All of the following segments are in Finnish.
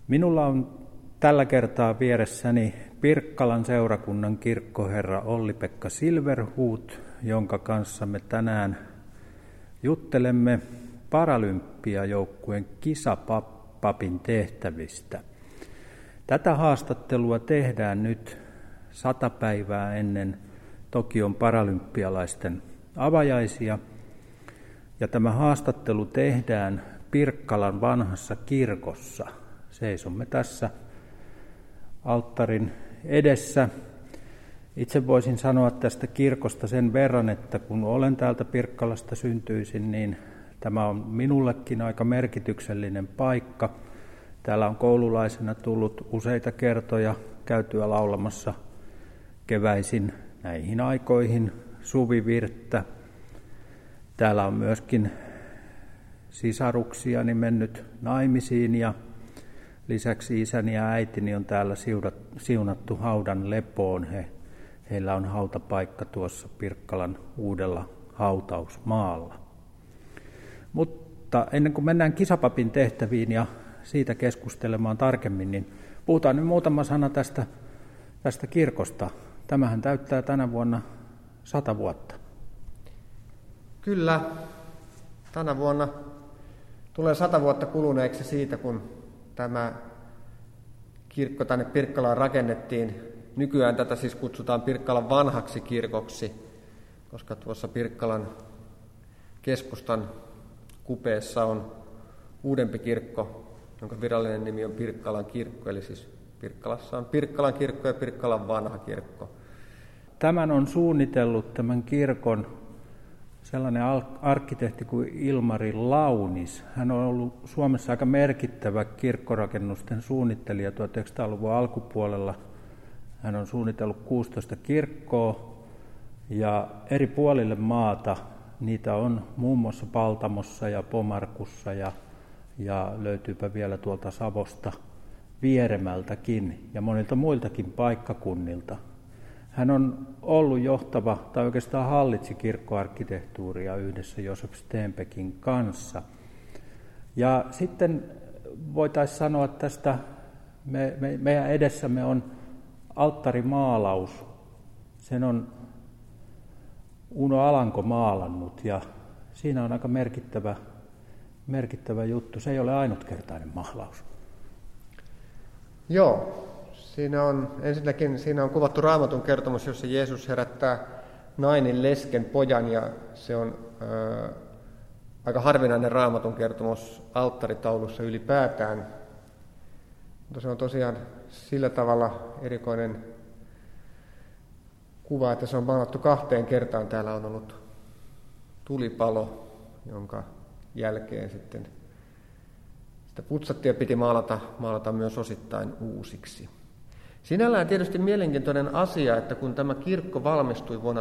Minulla on tällä kertaa vieressäni Pirkkalan seurakunnan kirkkoherra Olli-Pekka Silverhuut, jonka kanssa me tänään juttelemme Paralympiajoukkueen kisapapin tehtävistä. Tätä haastattelua tehdään nyt 100 päivää ennen Tokion paralympialaisten avajaisia. Ja tämä haastattelu tehdään Pirkkalan vanhassa kirkossa. Seisomme tässä alttarin edessä. Itse voisin sanoa tästä kirkosta sen verran, että kun olen täältä Pirkkalasta syntyisin, niin tämä on minullekin aika merkityksellinen paikka. Täällä on koululaisena tullut useita kertoja käytyä laulamassa keväisin näihin aikoihin suvivirttä. Täällä on myöskin sisaruksiani mennyt naimisiin ja lisäksi isäni ja äitini on täällä siunattu haudan lepoon. Heillä on hautapaikka tuossa Pirkkalan uudella hautausmaalla. Mutta ennen kuin mennään kisapapin tehtäviin ja siitä keskustelemaan tarkemmin, niin puhutaan nyt muutama sana tästä kirkosta. Tämähän täyttää tänä vuonna 100 vuotta. Kyllä, tänä vuonna tulee 100 vuotta kuluneeksi siitä, kun tämä kirkko tänne Pirkkalaan rakennettiin. Nykyään tätä siis kutsutaan Pirkkalan vanhaksi kirkoksi, koska tuossa Pirkkalan keskustan kupeessa on uudempi kirkko, jonka virallinen nimi on Pirkkalan kirkko, eli siis Pirkkalassa on Pirkkalan kirkko ja Pirkkalan vanha kirkko. Tämän on suunnitellut tämän kirkon sellainen arkkitehti kuin Ilmari Launis. Hän on ollut Suomessa aika merkittävä kirkkorakennusten suunnittelija 1900-luvun alkupuolella. Hän on suunnitellut 16 kirkkoa ja eri puolille maata. Niitä on muun muassa Paltamossa ja Pomarkussa ja löytyypä vielä tuolta Savosta Vieremältäkin ja monilta muiltakin paikkakunnilta. Hän on ollut johtava, tai oikeastaan hallitsi kirkkoarkkitehtuuria yhdessä Josef Stenbeckin kanssa. Ja sitten voitaisiin sanoa, että tästä meidän edessämme on alttarimaalaus. Sen on Uno Alanko maalannut ja siinä on aika merkittävä juttu. Se ei ole ainutkertainen maalaus. Joo. Ensinnäkin siinä on kuvattu Raamatun kertomus, jossa Jeesus herättää Nainin lesken pojan, ja se on aika harvinainen Raamatun kertomus alttaritaulussa ylipäätään. Mutta se on tosiaan sillä tavalla erikoinen kuva, että se on maalattu 2 kertaan. Täällä on ollut tulipalo, jonka jälkeen sitten sitä putsattiin ja piti maalata myös osittain uusiksi. Sinällään tietysti mielenkiintoinen asia, että kun tämä kirkko valmistui vuonna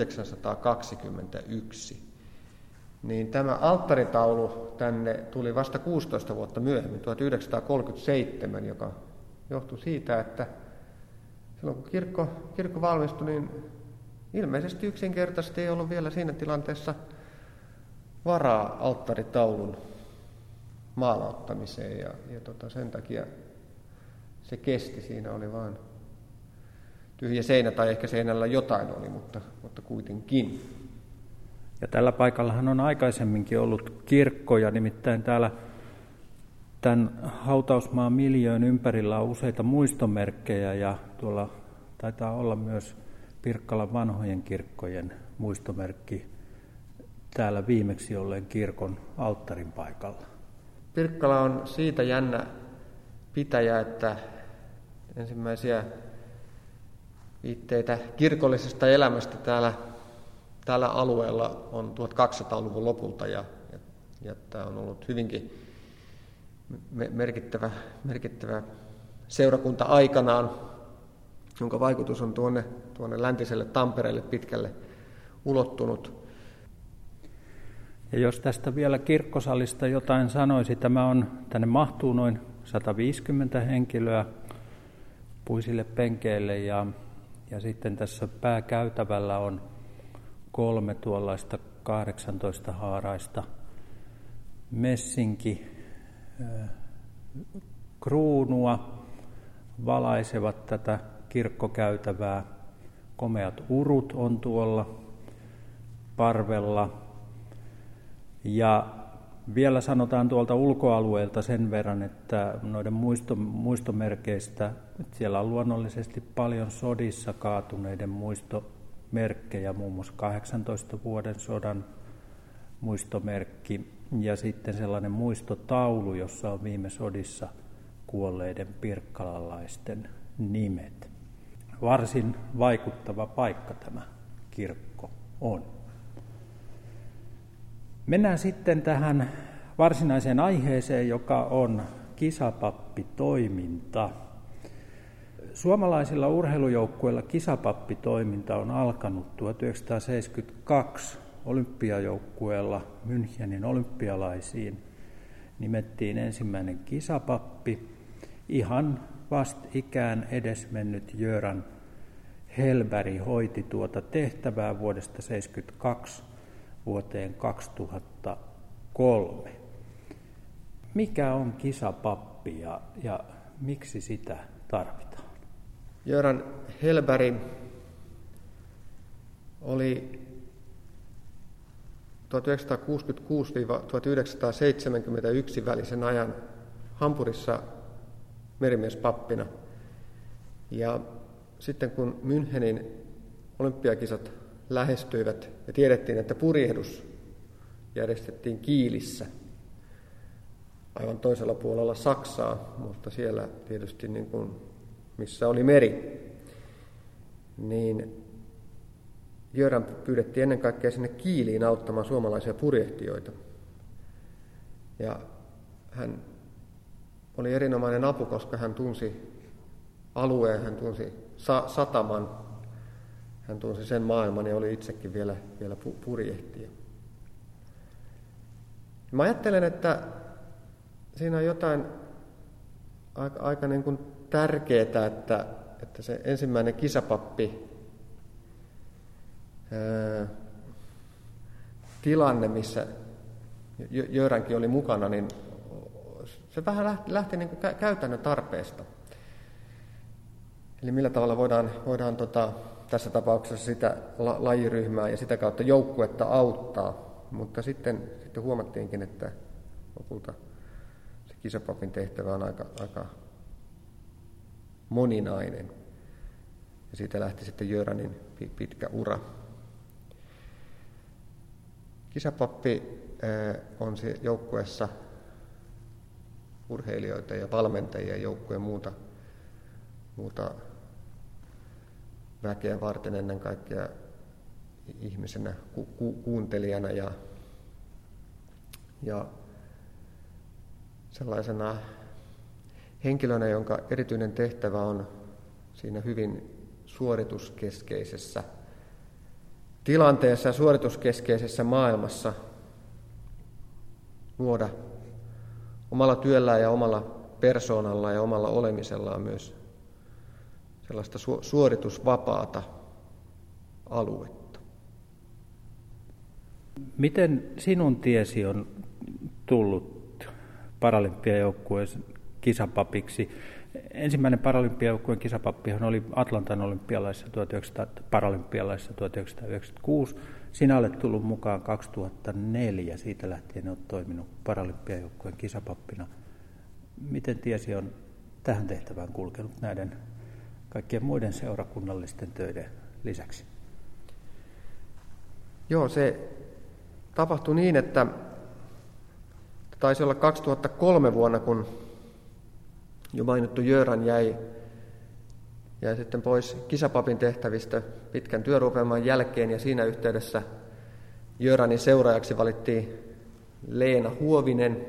1921, niin tämä alttaritaulu tänne tuli vasta 16 vuotta myöhemmin, 1937, joka johtui siitä, että silloin kun kirkko valmistui, niin ilmeisesti yksinkertaisesti ei ollut vielä siinä tilanteessa varaa alttaritaulun maalauttamiseen ja sen takia se kesti. Siinä oli vain tyhjä seinä tai ehkä seinällä jotain oli, mutta kuitenkin. Ja tällä paikallahan on aikaisemminkin ollut kirkkoja, nimittäin täällä tämän hautausmaan miljöön ympärillä on useita muistomerkkejä ja tuolla taitaa olla myös Pirkkalan vanhojen kirkkojen muistomerkki täällä viimeksi olleen kirkon alttarin paikalla. Pirkkala on siitä jännä pitäjä, että ensimmäisiä viitteitä kirkollisesta elämästä tällä alueella on 1200-luvun lopulta ja tämä on ollut hyvinkin merkittävä seurakunta aikanaan, jonka vaikutus on tuonne läntiselle Tampereelle pitkälle ulottunut. Ja jos tästä vielä kirkkosalista jotain sanoisi, tänne mahtuu noin 150 henkilöä puisille penkeille ja sitten tässä pääkäytävällä on 3 tuollaista 18-haaraista kruunua, valaisevat tätä kirkkokäytävää. Komeat urut on tuolla parvella. Ja vielä sanotaan tuolta ulkoalueelta sen verran, että noiden muistomerkeistä, että siellä on luonnollisesti paljon sodissa kaatuneiden muistomerkkejä, muun muassa 18 vuoden sodan muistomerkki ja sitten sellainen muistotaulu, jossa on viime sodissa kuolleiden pirkkalalaisten nimet. Varsin vaikuttava paikka tämä kirkko on. Mennään sitten tähän varsinaiseen aiheeseen, joka on kisapappitoiminta. Suomalaisilla urheilujoukkueilla kisapappitoiminta on alkanut 1972 olympiajoukkueella Münchenin olympialaisiin. Nimettiin ensimmäinen kisapappi. Ihan vastikään edesmennyt Göran Hellberg hoiti tuota tehtävää vuodesta 1972 vuoteen 2003. Mikä on kisapappi ja miksi sitä tarvitaan? Göran Hellberg oli 1966-1971 välisen ajan Hampurissa merimiespappina. Ja sitten kun Münchenin olympiakisat lähestyivät ja tiedettiin, että purjehdus järjestettiin Kielissä, aivan toisella puolella Saksaa, mutta siellä tietysti niin kuin, missä oli meri, niin Göran pyydettiin ennen kaikkea sinne Kiiliin auttamaan suomalaisia purjehtijoita. Ja hän oli erinomainen apu, koska hän tunsi alueen, hän tunsi sataman, hän tunsi sen maailman ja oli itsekin vielä purjehtija. Mä ajattelen, että siinä on jotain aika niin kuin tärkeää, että se ensimmäinen kisapappi tilanne, missä Görankin oli mukana, niin se vähän lähti niin kuin käytännön tarpeesta. Eli millä tavalla voidaan tässä tapauksessa sitä lajiryhmää ja sitä kautta joukkuetta auttaa, mutta sitten huomattiinkin, että lopulta se kisapapin tehtävä on aika moninainen. Ja siitä lähti sitten Göranin pitkä ura. Kisapappi on joukkueessa urheilijoita ja valmentajia, joukkueen muuta väkeä varten ennen kaikkea ihmisenä, kuuntelijana ja sellaisena henkilönä, jonka erityinen tehtävä on siinä hyvin suorituskeskeisessä tilanteessa ja suorituskeskeisessä maailmassa luoda omalla työllään ja omalla persoonallaan ja omalla olemisellaan myös sellaista suoritusvapaata aluetta. Miten sinun tiesi on tullut paralympiajoukkueen kisapapiksi? Ensimmäinen paralympiajoukkueen kisapappihan oli Atlantan olympialaisissa paralympialaisissa 1996. Sinä olet tullut mukaan 2004. Siitä lähtien olet toiminut paralympiajoukkueen kisapappina. Miten tiesi on tähän tehtävään kulkenut näiden kaikkien muiden seurakunnallisten töiden lisäksi? Joo, se tapahtui niin, että taisi olla 2003 vuonna, kun jo mainittu Göran jäi sitten pois kisapapin tehtävistä pitkän työrupeaman jälkeen, ja siinä yhteydessä Göranin seuraajaksi valittiin Leena Huovinen.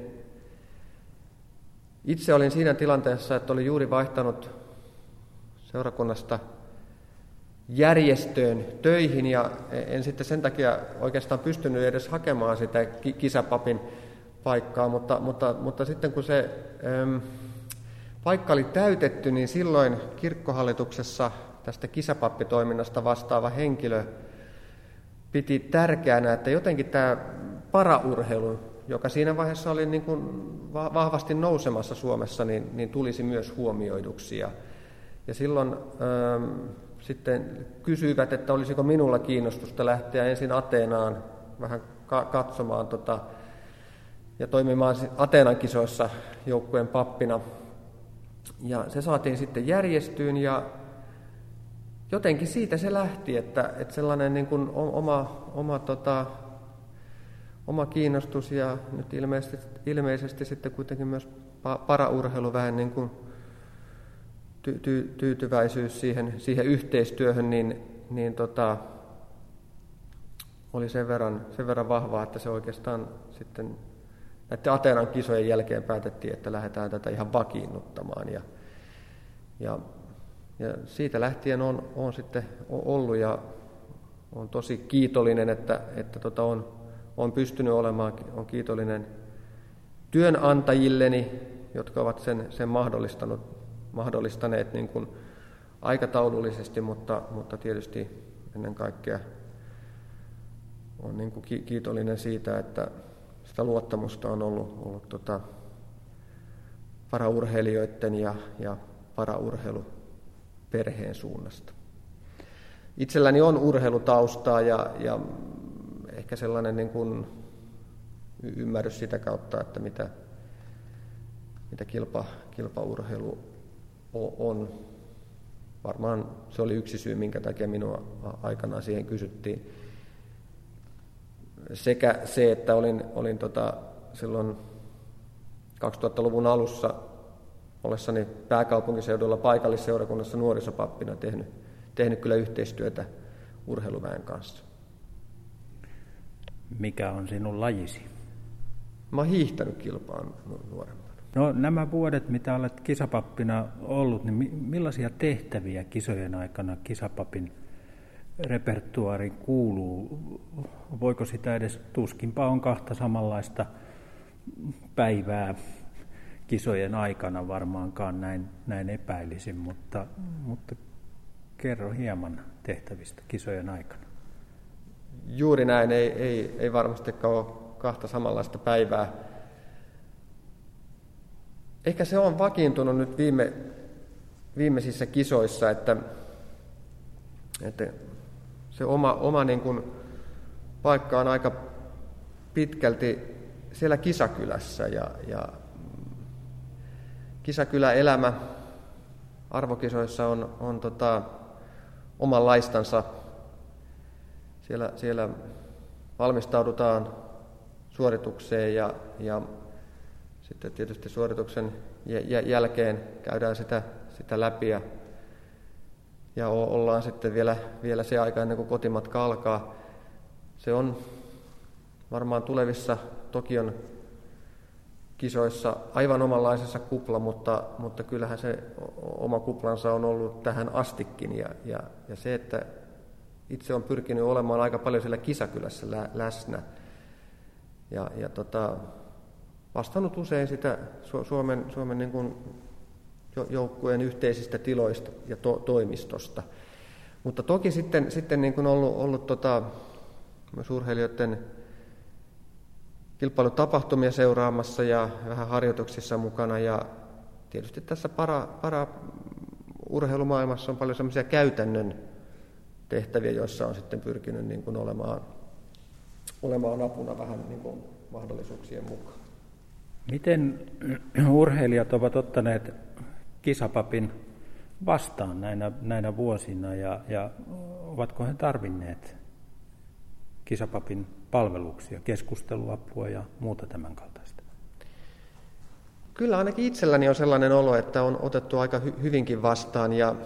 Itse olin siinä tilanteessa, että olin juuri vaihtanut seurakunnasta järjestöön töihin, ja en sitten sen takia oikeastaan pystynyt edes hakemaan sitä kisapapin paikkaa, mutta sitten kun se paikka oli täytetty, niin silloin kirkkohallituksessa tästä kisapappitoiminnasta vastaava henkilö piti tärkeänä, että jotenkin tämä paraurheilun joka siinä vaiheessa oli niin kuin vahvasti nousemassa Suomessa, niin tulisi myös huomioiduksi. Ja silloin sitten kysyivät, että olisiko minulla kiinnostusta lähteä ensin Ateenaan vähän katsomaan ja toimimaan Ateenan kisoissa joukkueen pappina. Ja se saatiin sitten järjestyyn ja jotenkin siitä se lähti, että sellainen niin kuin oma kiinnostus ja nyt ilmeisesti sitten kuitenkin myös paraurheilu vähän niin kuin tyytyväisyys siihen yhteistyöhön, niin oli sen verran vahvaa, että se oikeastaan sitten näiden Ateenan kisojen jälkeen päätettiin, että lähdetään tätä ihan vakiinnuttamaan. Ja siitä lähtien on sitten ollut ja on tosi kiitollinen, että on pystynyt olemaan, on kiitollinen työnantajilleni, jotka ovat sen mahdollistaneet niin kuin aikataulullisesti, mutta tietysti ennen kaikkea on niin kuin kiitollinen siitä, että sitä luottamusta on ollut paraurheilijoiden ja paraurheiluperheen suunnasta. Itselläni on urheilutaustaa ja ehkä sellainen niin kuin ymmärrys sitä kautta, että mitä kilpaurheilu on. Varmaan se oli yksi syy, minkä takia minua aikanaan siihen kysyttiin. Sekä se, että olin silloin 2000-luvun alussa ollessani pääkaupunkiseudulla paikallisseurakunnassa nuorisopappina tehnyt kyllä yhteistyötä urheiluväen kanssa. Mikä on sinun lajisi? Mä oon hiihtänyt kilpaan nuorempana. No nämä vuodet, mitä olet kisapappina ollut, niin millaisia tehtäviä kisojen aikana kisapapin repertuaariin kuuluu? Voiko sitä edes, tuskinpa on kahta samanlaista päivää kisojen aikana varmaankaan, näin epäilisin, mutta kerro hieman tehtävistä kisojen aikana. Juuri näin, ei varmastikaan ole kahta samanlaista päivää. Ehkä se on vakiintunut nyt viimeisissä kisoissa, että se oma niin kuin paikka on aika pitkälti siellä kisakylässä ja kisakyläelämä arvokisoissa on omanlaistansa. Siellä valmistaudutaan suoritukseen ja sitten tietysti suorituksen jälkeen käydään sitä läpi ja ollaan sitten vielä se aika ennen kuin kotimatka alkaa. Se on varmaan tulevissa Tokion kisoissa aivan omanlaisessa kupla, mutta kyllähän se oma kuplansa on ollut tähän astikin ja se, että itse on pyrkinyt olemaan aika paljon siellä kisakylässä läsnä ja vastannut usein sitä Suomen niin kuin joukkueen yhteisistä tiloista ja toimistosta. Mutta toki sitten niin kuin ollut myös urheilijoiden kilpailutapahtumia seuraamassa ja vähän harjoituksissa mukana. Ja tietysti tässä para-urheilumaailmassa on paljon sellaisia käytännön tehtäviä, joissa on sitten pyrkinyt niin kuin olemaan apuna vähän niin kuin mahdollisuuksien mukaan. Miten urheilijat ovat ottaneet kisapapin vastaan näinä vuosina ja ovatko he tarvinneet kisapapin palveluksia, keskusteluapua ja muuta tämän kaltaista? Kyllä ainakin itselläni on sellainen olo, että on otettu aika hyvinkin vastaan ja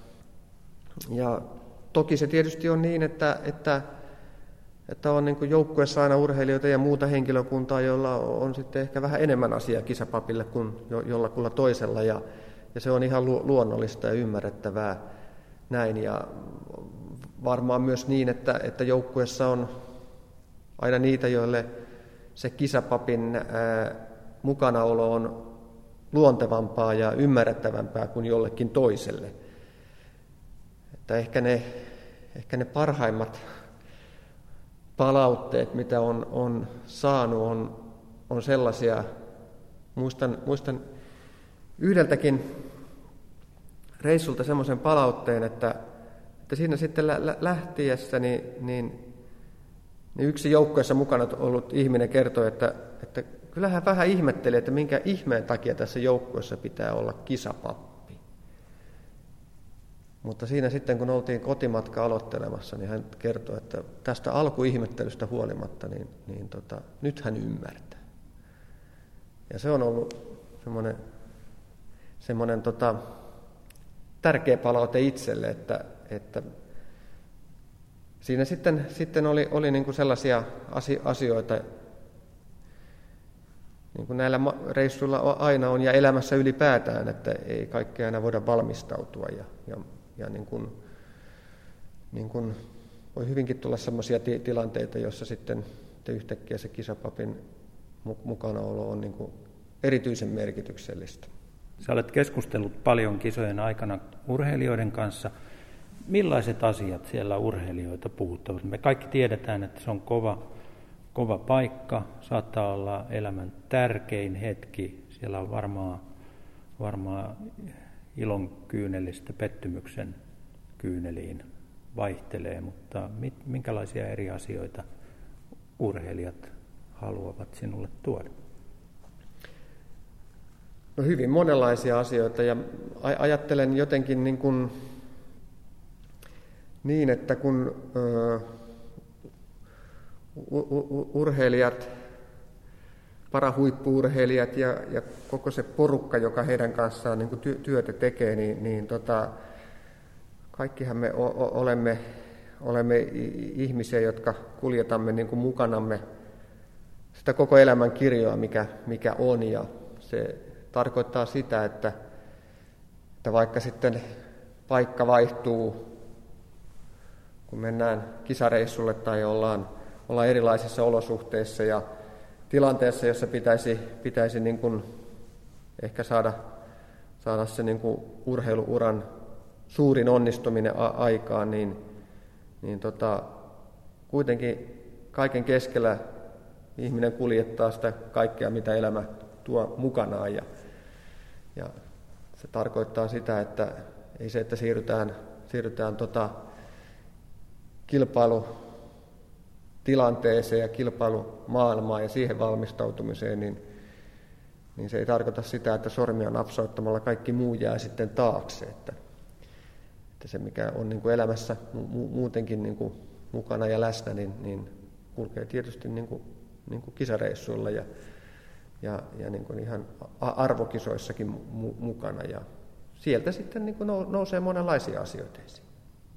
toki se tietysti on niin, että on niin kuin joukkueessa aina urheilijoita ja muuta henkilökuntaa, joilla on sitten ehkä vähän enemmän asiaa kisapapille kuin jollakulla toisella ja se on ihan luonnollista ja ymmärrettävää näin ja varmaan myös niin, että joukkueessa on aina niitä, joille se kisapapin mukanaolo on luontevampaa ja ymmärrettävämpää kuin jollekin toiselle. Että ehkä ne parhaimmat palautteet, mitä on saanut, on sellaisia. Muistan yhdeltäkin reissulta semmoisen palautteen, että siinä sitten lähtiessä niin yksi joukkueessa mukana ollut ihminen kertoi, että kyllähän vähän ihmetteli, että minkä ihmeen takia tässä joukkueessa pitää olla kisapappi. Mutta siinä sitten, kun oltiin kotimatka aloittelemassa, niin hän kertoi, että tästä alkuihmettelystä huolimatta, nyt hän ymmärtää. Ja se on ollut semmoinen tärkeä palaute itselle, että siinä sitten oli niin kuin sellaisia asioita, niin kuin näillä reissuilla aina on ja elämässä ylipäätään, että ei kaikkea aina voida valmistautua ja niin kuin voi hyvinkin tulla sellaisia tilanteita, joissa sitten yhtäkkiä se kisapapin mukanaolo on niin kuin erityisen merkityksellistä. Sä olet keskustellut paljon kisojen aikana urheilijoiden kanssa. Millaiset asiat siellä urheilijoita puhuttavat? Me kaikki tiedetään, että se on kova paikka, saattaa olla elämän tärkein hetki. Siellä on varmaan ilon kyynelistä pettymyksen kyyneliin vaihtelee, mutta minkälaisia eri asioita urheilijat haluavat sinulle tuoda? No hyvin monenlaisia asioita ja ajattelen jotenkin niin että kun urheilijat, parahuippu-urheilijat ja koko se porukka, joka heidän kanssaan niin kuin työtä tekee, niin kaikkihan me olemme ihmisiä, jotka kuljetamme niin kuin mukanamme sitä koko elämän kirjoa, mikä on, ja se tarkoittaa sitä, että vaikka sitten paikka vaihtuu, kun mennään kisareissulle tai ollaan erilaisissa olosuhteissa ja tilanteessa, jossa pitäisi niin kuin ehkä saada se niin kuin urheiluuran suurin onnistuminen aikaan, niin kuitenkin kaiken keskellä ihminen kuljettaa sitä kaikkea, mitä elämä tuo mukanaan. Ja se tarkoittaa sitä, että ei se, että siirrytään kilpailutilanteeseen ja kilpailumaailmaan ja siihen valmistautumiseen, niin se ei tarkoita sitä, että sormia napsauttamalla kaikki muu jää sitten taakse. Että se, mikä on niin kuin elämässä muutenkin niin kuin mukana ja läsnä, niin kulkee tietysti niin kuin kisareissuilla ja niin kuin ihan arvokisoissakin mukana. Ja sieltä sitten niin kuin nousee monenlaisia asioita esiin.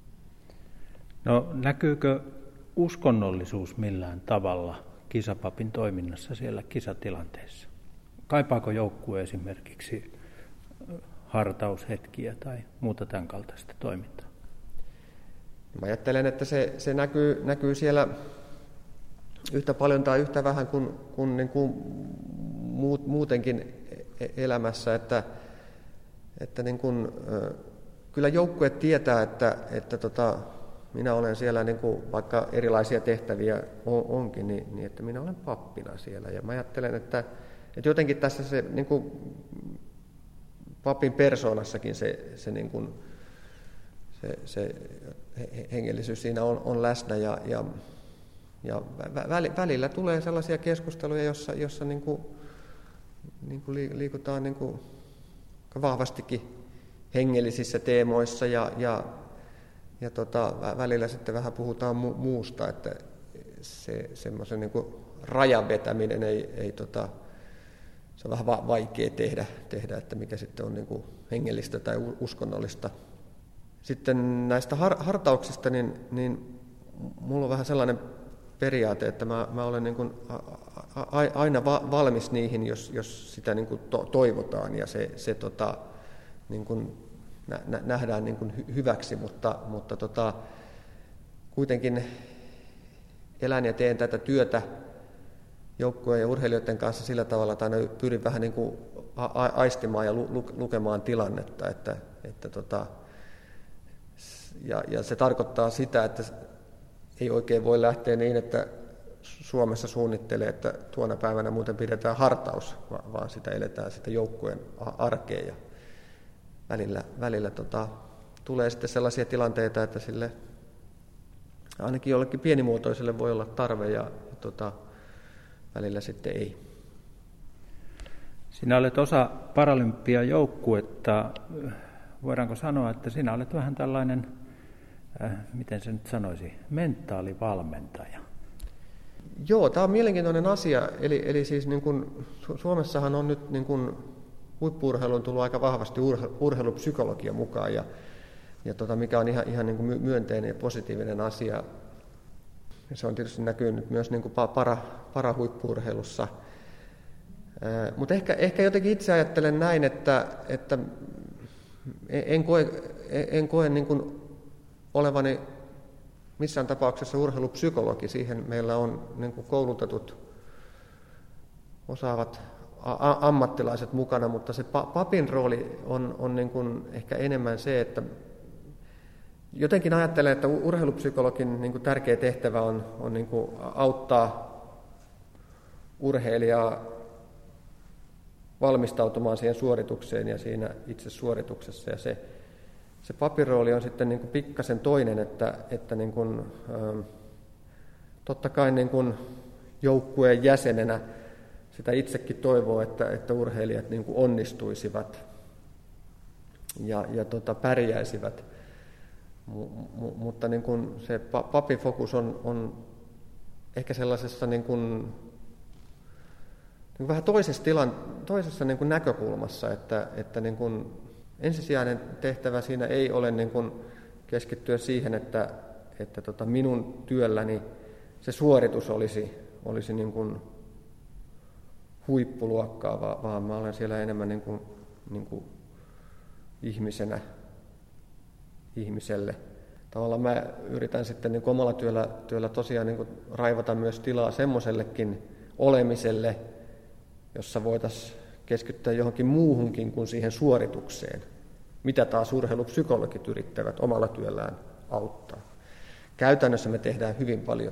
No, näkyykö uskonnollisuus millään tavalla kisapapin toiminnassa siellä kisatilanteessa? Kaipaako joukkue esimerkiksi hartaushetkiä tai muuta tämän kaltaista toimintaa? Mä ajattelen, että se näkyy siellä yhtä paljon tai yhtä vähän kuin muutenkin elämässä, että niin kuin, kyllä joukkue tietää, että minä olen siellä, niin kuin, vaikka erilaisia tehtäviä onkin, niin että minä olen pappina siellä. Ja mä ajattelen, että jotenkin tässä se niin kuin papin persoonassakin se niin kuin, se hengellisyys siinä on läsnä ja välillä tulee sellaisia keskusteluja, jossa niin kuin liikutaan niin kuin vahvastikin hengellisissä teemoissa ja välillä sitten vähän puhutaan muusta, että se semmoisen niin kuin rajan vetäminen ei se on vähän vaikea tehdä, että mikä sitten on niin kuin hengellistä tai uskonnollista. Sitten näistä hartauksista, niin mulla on vähän sellainen periaate, että mä olen niin kuin aina valmis niihin, jos sitä niin kuin toivotaan ja se niin kuin nähdään niin kuin hyväksi, mutta kuitenkin elän ja teen tätä työtä joukkueen ja urheilijoiden kanssa sillä tavalla, että aina pyrin vähän niin kuin aistimaan ja lukemaan tilannetta, ja se tarkoittaa sitä, että ei oikein voi lähteä niin, että Suomessa suunnittelee, että tuona päivänä muuten pidetään hartaus, vaan sitä eletään sitä joukkueen arkea. Ja välillä tulee sitten sellaisia tilanteita, että sille ainakin jollekin pienimuotoiselle voi olla tarve ja välillä sitten ei. Sinä olet osa Paralympiajoukkuetta. Voidaanko sanoa, että sinä olet vähän tällainen, miten se nyt sanoisi, mentaalivalmentaja? Joo, tämä on mielenkiintoinen asia. Eli siis niin kuin, Suomessahan on nyt niin kuin, huippu-urheiluun tullut aika vahvasti urheilupsykologia mukaan, ja mikä on ihan niin kuin myönteinen ja positiivinen asia. Ja se on tietysti näkynyt myös niin kuin parahuippu-urheilussa. Mutta ehkä jotenkin itse ajattelen näin, että en koe niin kuin olevani missään tapauksessa urheilupsykologi. Siihen meillä on niin kuin koulutetut, osaavat ammattilaiset mukana, mutta se papin rooli on niin kuin ehkä enemmän se, että jotenkin ajattelen, että urheilupsykologin niin kuin tärkeä tehtävä on niin kuin auttaa urheilijaa valmistautumaan siihen suoritukseen ja siinä itse suorituksessa. Ja se papirooli on sitten niin kuin pikkasen toinen, että niin kuin, totta kai niin kuin joukkueen jäsenenä sitä itsekin toivoo, että urheilijat niin kuin onnistuisivat ja pärjäisivät. Mutta niin kuin se papin fokus on ehkä sellaisessa niin kuin vähän toisessa niin kuin näkökulmassa, että niin kuin ensisijainen tehtävä siinä ei ole niin kuin keskittyä siihen, että minun työlläni se suoritus olisi niin kuin huippuluokkaa, vaan mä olen siellä enemmän niin kuin ihmisenä ihmiselle. Tavallaan mä yritän sitten niin kuin omalla työllä tosiaan niin kuin raivata myös tilaa semmoisellekin olemiselle, jossa voitaisiin keskittyä johonkin muuhunkin kuin siihen suoritukseen, mitä taas urheilupsykologit yrittävät omalla työllään auttaa. Käytännössä me tehdään hyvin paljon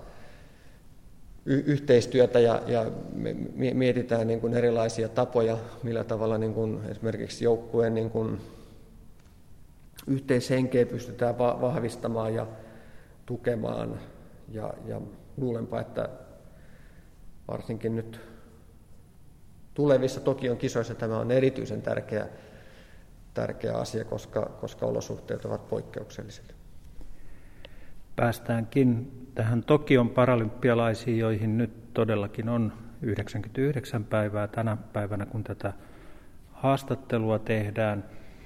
yhteistyötä ja me mietitään niin kuin erilaisia tapoja, millä tavalla niin kuin esimerkiksi joukkueen niin kuin yhteishenkeä pystytään vahvistamaan ja tukemaan. Ja luulenpa, että varsinkin nyt tulevissa Tokion kisoissa tämä on erityisen tärkeä asia, koska olosuhteet ovat poikkeukselliset. Päästäänkin tähän Tokion paralympialaisiin, joihin nyt todellakin on 99 päivää tänä päivänä, kun tätä haastattelua tehdään.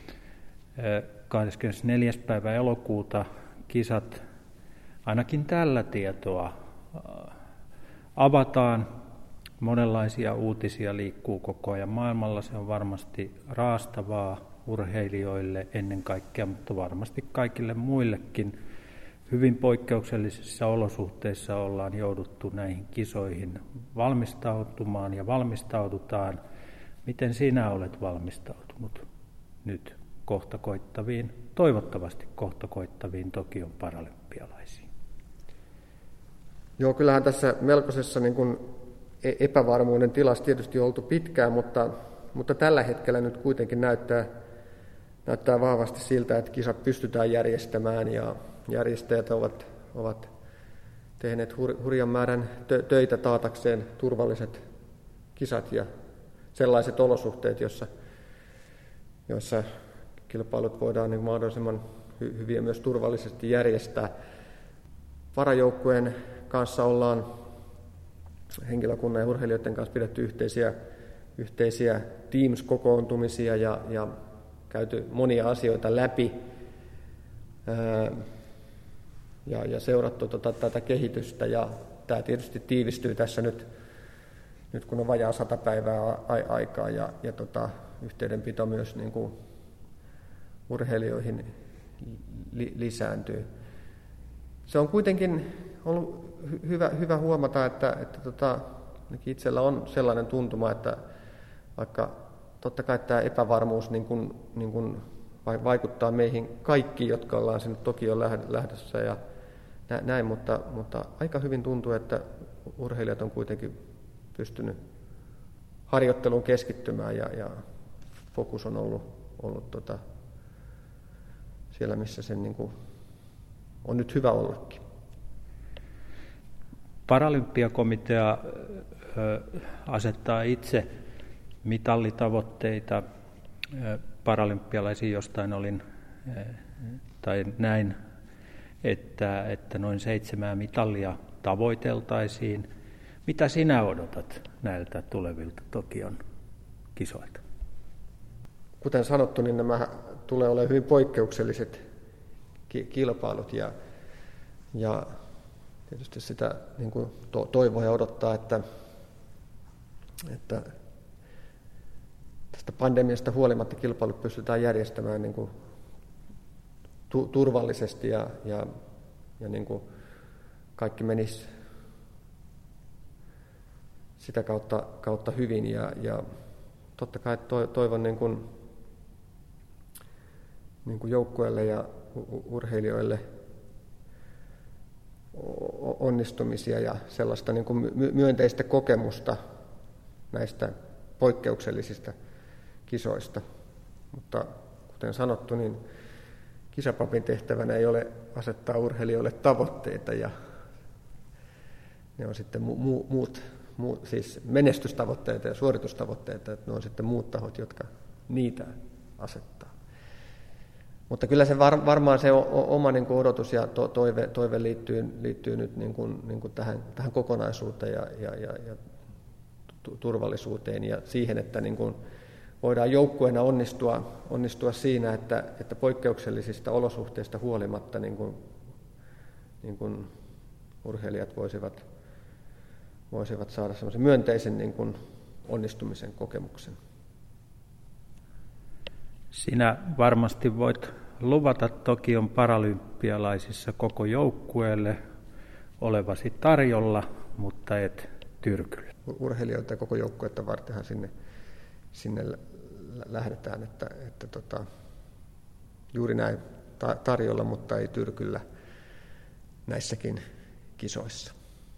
24. päivä elokuuta kisat ainakin tällä tietoa avataan. Monenlaisia uutisia liikkuu koko ajan maailmalla. Se on varmasti raastavaa urheilijoille ennen kaikkea, mutta varmasti kaikille muillekin. Hyvin poikkeuksellisissa olosuhteissa ollaan jouduttu näihin kisoihin valmistautumaan ja valmistaudutaan. Miten sinä olet valmistautunut nyt toivottavasti kohta koittaviin Tokion paralympialaisiin? Joo, kyllähän tässä melkoisessa niin kuin epävarmuuden tilassa tietysti on oltu pitkään, mutta tällä hetkellä nyt kuitenkin näyttää vahvasti siltä, että kisat pystytään järjestämään ja järjestäjät ovat tehneet hurjan määrän töitä taatakseen turvalliset kisat ja sellaiset olosuhteet, joissa kilpailut voidaan niin mahdollisimman hyvin ja myös turvallisesti järjestää. Parajoukkueen kanssa ollaan henkilökunnan ja urheilijoiden kanssa pidetty yhteisiä Teams-kokoontumisia ja käyty monia asioita läpi ja seurattu tätä kehitystä. Ja tämä tietysti tiivistyy tässä nyt kun on vajaa 100 päivää aikaa ja yhteydenpito myös niin kuin urheilijoihin lisääntyy. Se on kuitenkin ollut hyvä huomata, että itsellä on sellainen tuntuma, että vaikka totta kai tämä epävarmuus niin kuin vaikuttaa meihin kaikkiin, jotka ollaan sinne Tokioon lähdössä ja näin, mutta aika hyvin tuntuu, että urheilijat on kuitenkin pystynyt harjoitteluun keskittymään ja fokus on ollut siellä, missä sen niin kuin on nyt hyvä ollakin. Paralympiakomitea asettaa itse mitallitavoitteita paralympialaisiin. Jostain olin tai näin, että noin 7 mitallia tavoiteltaisiin. Mitä sinä odotat näiltä tulevilta Tokion kisoilta? Kuten sanottu, niin nämä tulee olemaan hyvin poikkeukselliset kilpailut ja tietysti sitä niin kuin toivoa ja odottaa, että tästä pandemiasta huolimatta kilpailut pystytään järjestämään niin kuin turvallisesti ja niin kuin kaikki menisi sitä kautta hyvin ja totta kai toivon niin kuin joukkueelle ja urheilijoille onnistumisia ja sellaista niin kuin myönteistä kokemusta näistä poikkeuksellisista kisoista. Mutta kuten sanottu, niin kisapapin tehtävänä ei ole asettaa urheilijoille tavoitteita ja ne on sitten siis menestystavoitteita ja suoritustavoitteita, että ne on sitten muut tahot, jotka niitä asettaa. Mutta kyllä se varmaan se oma niin kuin odotus ja toive liittyy nyt niin kuin tähän kokonaisuuteen ja turvallisuuteen ja siihen, että niin kuin voidaan joukkueena onnistua siinä, että poikkeuksellisista olosuhteista huolimatta niin kuin urheilijat voisivat saada semmoisen myönteisen niin kuin onnistumisen kokemuksen. Sinä varmasti voit luvata Tokion paralympialaisissa koko joukkueelle olevasi tarjolla, mutta et Tyrkyllä. Urheilijoita ja koko joukkuetta vartenhan sinne lähdetään, että juuri näin tarjolla, mutta ei Tyrkyllä näissäkin kisoissa.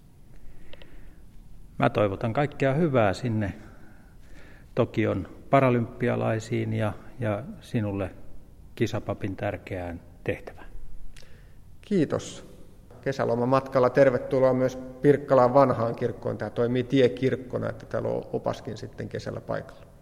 Mä toivotan kaikkea hyvää sinne Tokion paralympialaisiin ja sinulle kisapapin tärkeään tehtävään. Kiitos. Kesälomamatkalla tervetuloa myös Pirkkalan vanhaan kirkkoon. Tämä toimii tiekirkkona, että täällä on opaskin sitten kesällä paikalla.